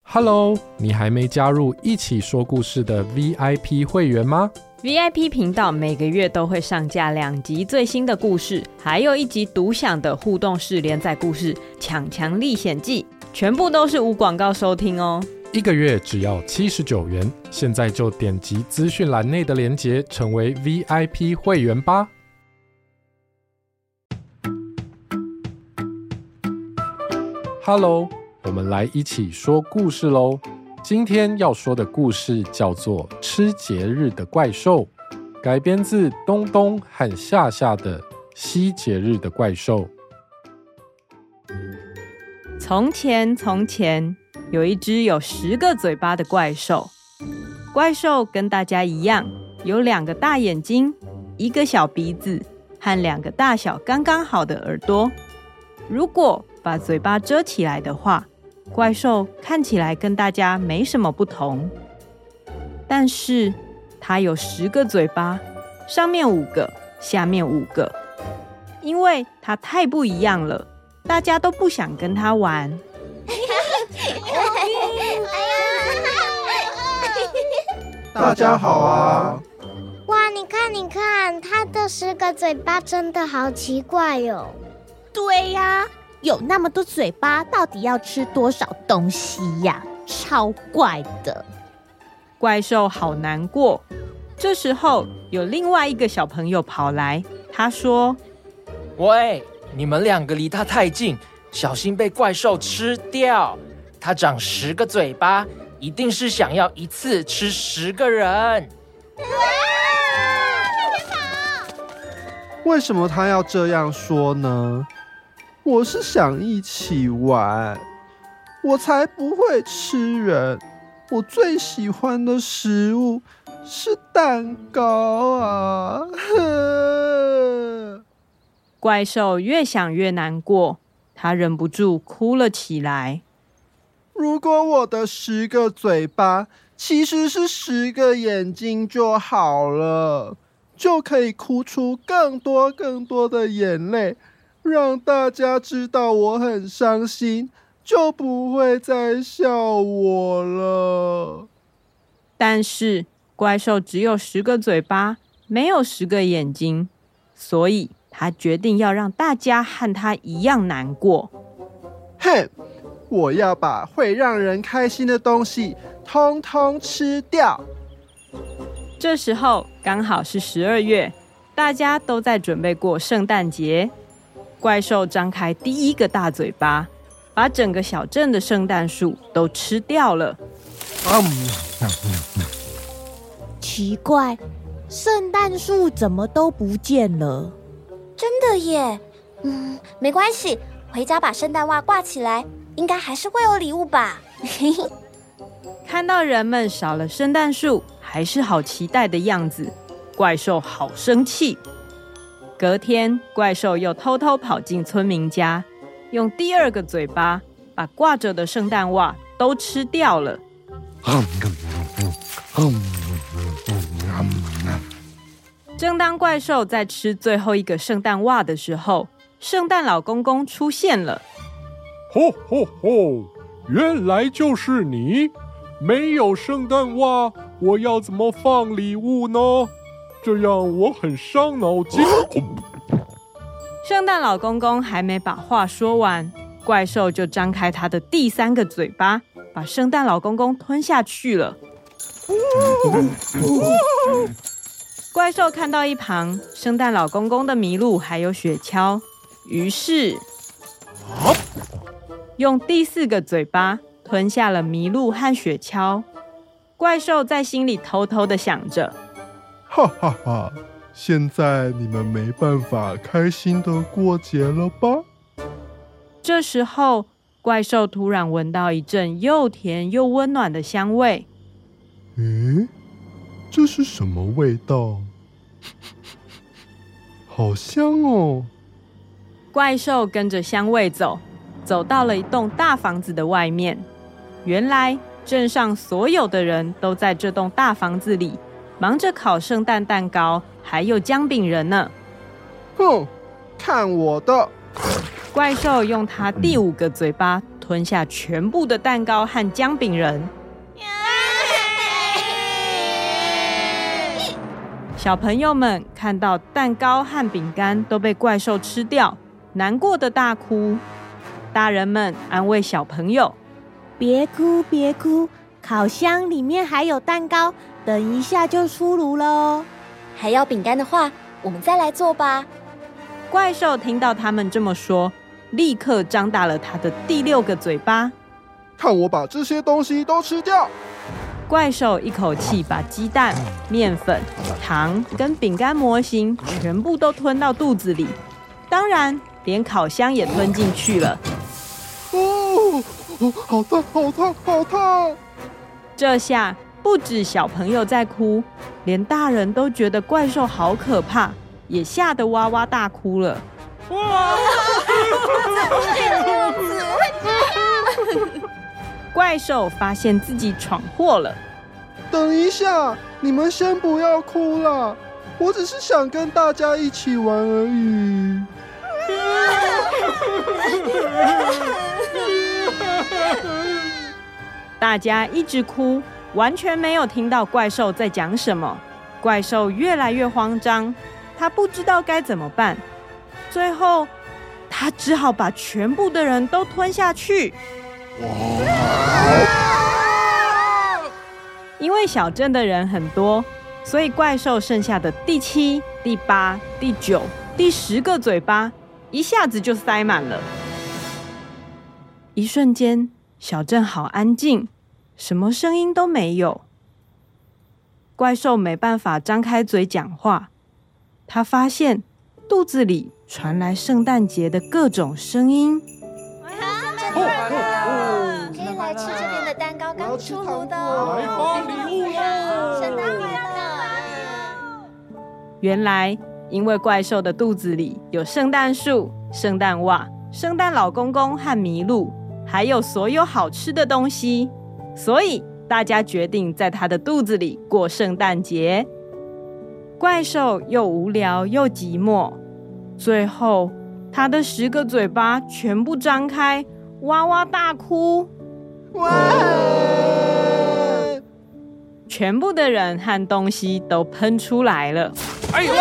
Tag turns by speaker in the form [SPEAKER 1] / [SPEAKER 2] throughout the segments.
[SPEAKER 1] Hello， 你还没加入一起说故事的 VIP 会员吗？
[SPEAKER 2] VIP 频道每个月都会上架2集最新的故事，还有1集独享的互动式连载故事《强强历险记》，全部都是无广告收听哦。
[SPEAKER 1] 1个月只要79元，现在就点击资讯栏内的连结，成为 VIP 会员吧。Hello， 我们来一起说故事咯。今天要说的故事叫做《吃节日的怪兽》，改编自东东和夏夏的《吸节日的怪兽》。
[SPEAKER 2] 从前，从前有一只有10个嘴巴的怪兽。怪兽跟大家一样，有2个大眼睛、1个小鼻子和2个大小刚刚好的耳朵。如果把嘴巴遮起来的话，怪兽看起来跟大家没什么不同。但是它有10个嘴巴，上面5个，下面5个。因为它太不一样了，大家都不想跟它玩。
[SPEAKER 3] 大家好啊！
[SPEAKER 4] 哇，你看你看，它的10个嘴巴真的好奇怪哟。
[SPEAKER 5] 对呀，有那么多嘴巴，到底要吃多少东西呀？超怪的。
[SPEAKER 2] 怪兽好难过。这时候有另外1个小朋友跑来，他说：
[SPEAKER 6] 喂，你们2个离他太近，小心被怪兽吃掉。他长10个嘴巴，一定是想要一次吃10个人。
[SPEAKER 3] 为什么他要这样说呢？我是想一起玩，我才不会吃人。我最喜欢的食物是蛋糕啊！
[SPEAKER 2] 怪兽越想越难过，他忍不住哭了起来。
[SPEAKER 3] 如果我的10个嘴巴其实是10个眼睛就好了，就可以哭出更多更多的眼泪，让大家知道我很伤心，就不会再笑我了。
[SPEAKER 2] 但是怪兽只有10个嘴巴，没有10个眼睛，所以他决定要让大家和他一样难过。
[SPEAKER 3] 哼，我要把会让人开心的东西通通吃掉。
[SPEAKER 2] 这时候刚好是12月，大家都在准备过圣诞节。怪兽张开第1个大嘴巴，把整个小镇的圣诞树都吃掉了。
[SPEAKER 5] 奇怪，圣诞树怎么都不见了？
[SPEAKER 7] 真的耶。没关系，回家把圣诞袜挂起来，应该还是会有礼物吧。
[SPEAKER 2] 看到人们少了圣诞树，还是好期待的样子，怪兽好生气。隔天，怪兽又偷偷跑进村民家，用第2个嘴巴把挂着的圣诞袜都吃掉了。正当怪兽在吃最后1个圣诞袜的时候，圣诞老公公出现了。
[SPEAKER 1] 吼吼吼！原来就是你！没有圣诞袜，我要怎么放礼物呢？这样我很伤脑筋。
[SPEAKER 2] 圣诞老公公还没把话说完，怪兽就张开他的第3个嘴巴，把圣诞老公公吞下去了。怪兽看到一旁圣诞老公公的麋鹿还有雪橇，于是用第4个嘴巴吞下了麋鹿和雪橇。怪兽在心里偷偷的想着：
[SPEAKER 3] 哈哈哈，现在你们没办法开心的过节了吧？
[SPEAKER 2] 这时候，怪兽突然闻到一阵又甜又温暖的香味。
[SPEAKER 3] 诶，这是什么味道？好香哦！
[SPEAKER 2] 怪兽跟着香味走到了一栋大房子的外面。原来镇上所有的人都在这栋大房子里忙着烤圣诞蛋糕还有姜饼人呢。
[SPEAKER 3] 哼，看我的！
[SPEAKER 2] 怪兽用它第5个嘴巴吞下全部的蛋糕和姜饼人。小朋友们看到蛋糕和饼干都被怪兽吃掉，难过的大哭。大人们安慰小朋友：
[SPEAKER 5] 别哭别哭，烤箱里面还有蛋糕，等一下就出炉了。
[SPEAKER 7] 还要饼干的话，我们再来做吧。
[SPEAKER 2] 怪兽听到他们这么说，立刻张大了他的第6个嘴巴，
[SPEAKER 3] 看我把这些东西都吃掉！
[SPEAKER 2] 怪兽一口气把鸡蛋、面粉、糖跟饼干模型全部都吞到肚子里，当然连烤箱也吞进去了。
[SPEAKER 3] 哦，好烫，好烫，好烫！
[SPEAKER 2] 这下不止小朋友在哭，连大人都觉得怪兽好可怕，也吓得哇哇大哭了。怪兽发现自己闯祸了。
[SPEAKER 3] 等一下，你们先不要哭啦，我只是想跟大家一起玩而已。
[SPEAKER 2] 大家一直哭，完全没有听到怪兽在讲什么。怪兽越来越慌张，他不知道该怎么办。最后，他只好把全部的人都吞下去。因为小镇的人很多，所以怪兽剩下的第7、第8、第9、第10个嘴巴一下子就塞满了。一瞬间，小镇好安静，什么声音都没有。怪兽没办法张开嘴讲话，他发现肚子里传来圣诞节的各种声音。
[SPEAKER 7] 可以来吃这边的蛋糕，刚出炉的哦。
[SPEAKER 1] 来发礼物喽！
[SPEAKER 7] 圣诞快乐！
[SPEAKER 2] 原来，因为怪兽的肚子里有圣诞树、圣诞袜、圣诞老公公和麋鹿，还有所有好吃的东西，所以大家决定在他的肚子里过圣诞节。怪兽又无聊又寂寞，最后他的10个嘴巴全部张开，哇哇大哭。
[SPEAKER 3] 哇！
[SPEAKER 2] 全部的人和东西都喷出来了。
[SPEAKER 1] 哎呦！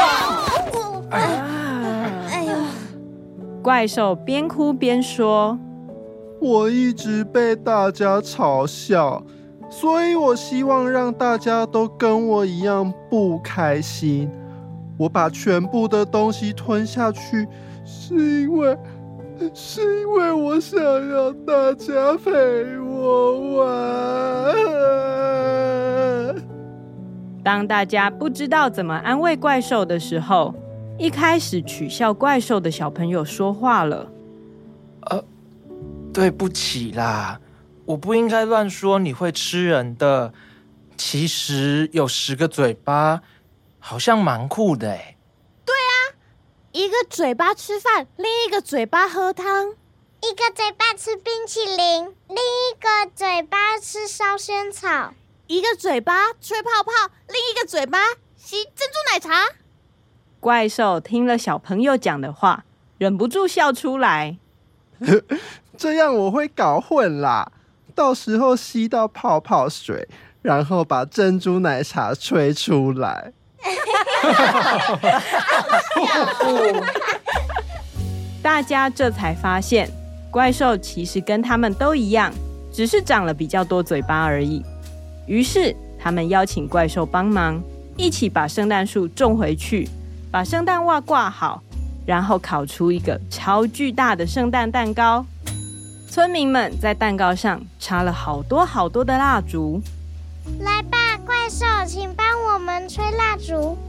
[SPEAKER 7] 哎呦！
[SPEAKER 2] 怪兽边哭边说：“
[SPEAKER 3] 我一直被大家嘲笑，所以我希望让大家都跟我一样不开心。我把全部的东西吞下去，是因为我想要大家陪我玩。”
[SPEAKER 2] 当大家不知道怎么安慰怪兽的时候，一开始取笑怪兽的小朋友说话了：“
[SPEAKER 6] 对不起啦，我不应该乱说你会吃人的。其实有10个嘴巴，好像蛮酷的哎。”
[SPEAKER 5] 一个嘴巴吃饭，另一个嘴巴喝汤；
[SPEAKER 4] 一个嘴巴吃冰淇淋，另一个嘴巴吃烧仙草；
[SPEAKER 5] 一个嘴巴吹泡泡，另一个嘴巴吸珍珠奶茶。
[SPEAKER 2] 怪兽听了小朋友讲的话，忍不住笑出来。
[SPEAKER 3] 这样我会搞混啦，到时候吸到泡泡水，然后把珍珠奶茶吹出来。
[SPEAKER 2] 大家这才发现，怪兽其实跟他们都一样，只是长了比较多嘴巴而已。于是他们邀请怪兽帮忙，一起把圣诞树种回去，把圣诞袜挂好，然后烤出一个超巨大的圣诞蛋糕。村民们在蛋糕上插了好多好多的蜡烛。
[SPEAKER 4] 来吧，怪兽，请帮我们吹蜡烛。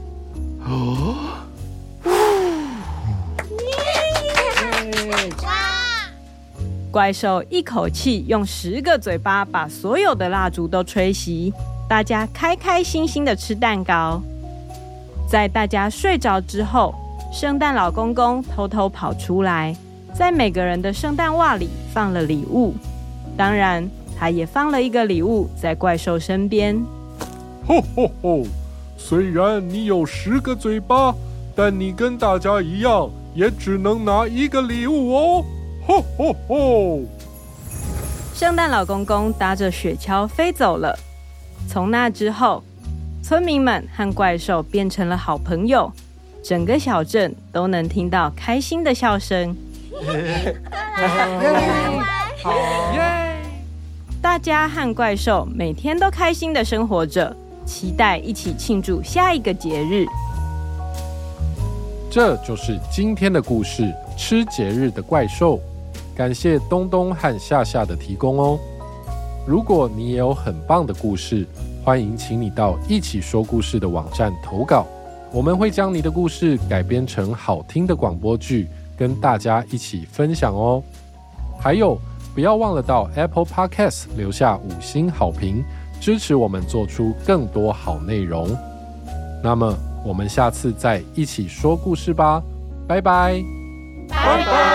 [SPEAKER 2] 怪兽一口气用10个嘴巴把所有的蜡烛都吹熄，大家开开心心的吃蛋糕。在大家睡着之后，圣诞老公公偷偷跑出来，在每个人的圣诞袜里放了礼物，当然他也放了一个礼物在怪兽身边。
[SPEAKER 1] 吼吼吼！虽然你有10个嘴巴，但你跟大家一样，也只能拿1个礼物哦！吼吼吼！
[SPEAKER 2] 圣诞老公公搭着雪橇飞走了。从那之后，村民们和怪兽变成了好朋友，整个小镇都能听到开心的笑声。大家和怪兽每天都开心的生活着，期待一起庆祝下一个节日。
[SPEAKER 1] 这就是今天的故事——吃节日的怪兽。感谢东东和夏夏的提供哦。如果你也有很棒的故事，欢迎请你到一起说故事的网站投稿，我们会将你的故事改编成好听的广播剧，跟大家一起分享哦。还有，不要忘了到 Apple Podcast 留下5星好评，支持我们做出更多好内容。那么，我们下次再一起说故事吧，拜拜，
[SPEAKER 7] 拜拜。